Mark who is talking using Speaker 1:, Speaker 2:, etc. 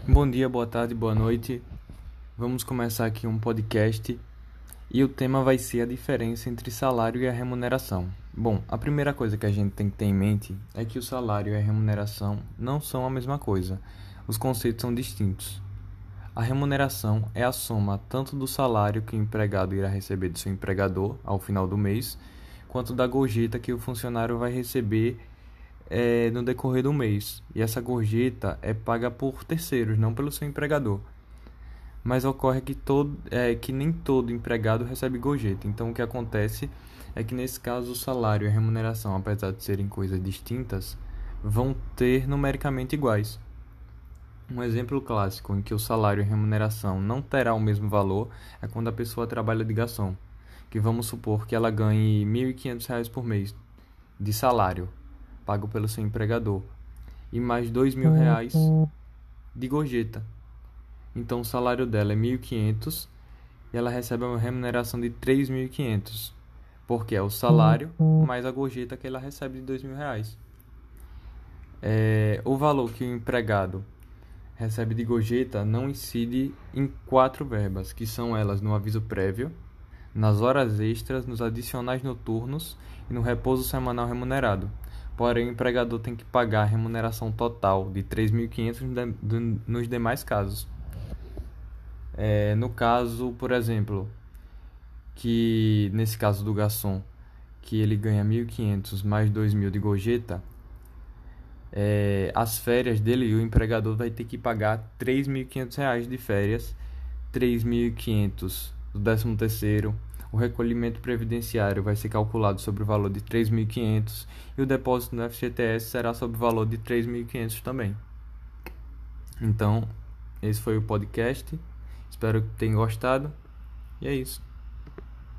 Speaker 1: Bom dia, boa tarde, boa noite. Vamos começar aqui um podcast e o tema vai ser a diferença entre salário e a remuneração. Bom, a primeira coisa que a gente tem que ter em mente é que o salário e a remuneração não são a mesma coisa. Os conceitos são distintos. A remuneração é a soma tanto do salário que o empregado irá receber do seu empregador ao final do mês, quanto da gorjeta que o funcionário vai receber no decorrer do mês. E essa gorjeta é paga por terceiros, não pelo seu empregador. Mas ocorre que nem todo empregado recebe gorjeta. Então, o que acontece é que, nesse caso, o salário e a remuneração, apesar de serem coisas distintas, vão ter numericamente iguais. Um exemplo clássico em que o salário e a remuneração não terá o mesmo valor é quando a pessoa trabalha de garçom, que vamos supor que ela ganhe R$ 1.500 por mês de salário, pago pelo seu empregador, e mais R$ 2.000 de gorjeta. Então o salário dela é 1.500 e ela recebe uma remuneração de 3.500, porque é o salário mais a gorjeta que ela recebe de R$ 2.000. O valor que o empregado recebe de gorjeta não incide em 4 verbas, que são elas no aviso prévio, nas horas extras, nos adicionais noturnos e no repouso semanal remunerado. Porém, o empregador tem que pagar a remuneração total de 3.500 nos demais casos. No caso, por exemplo, que nesse caso do garçom, que ele ganha 1.500 mais 2.000 de gorjeta, as férias dele, o empregador vai ter que pagar R$ 3.500 de férias, 3.500 do 13º, o recolhimento previdenciário vai ser calculado sobre o valor de 3.500 e o depósito no FGTS será sobre o valor de 3.500 também. Então, esse foi o podcast. Espero que tenham gostado. E é isso.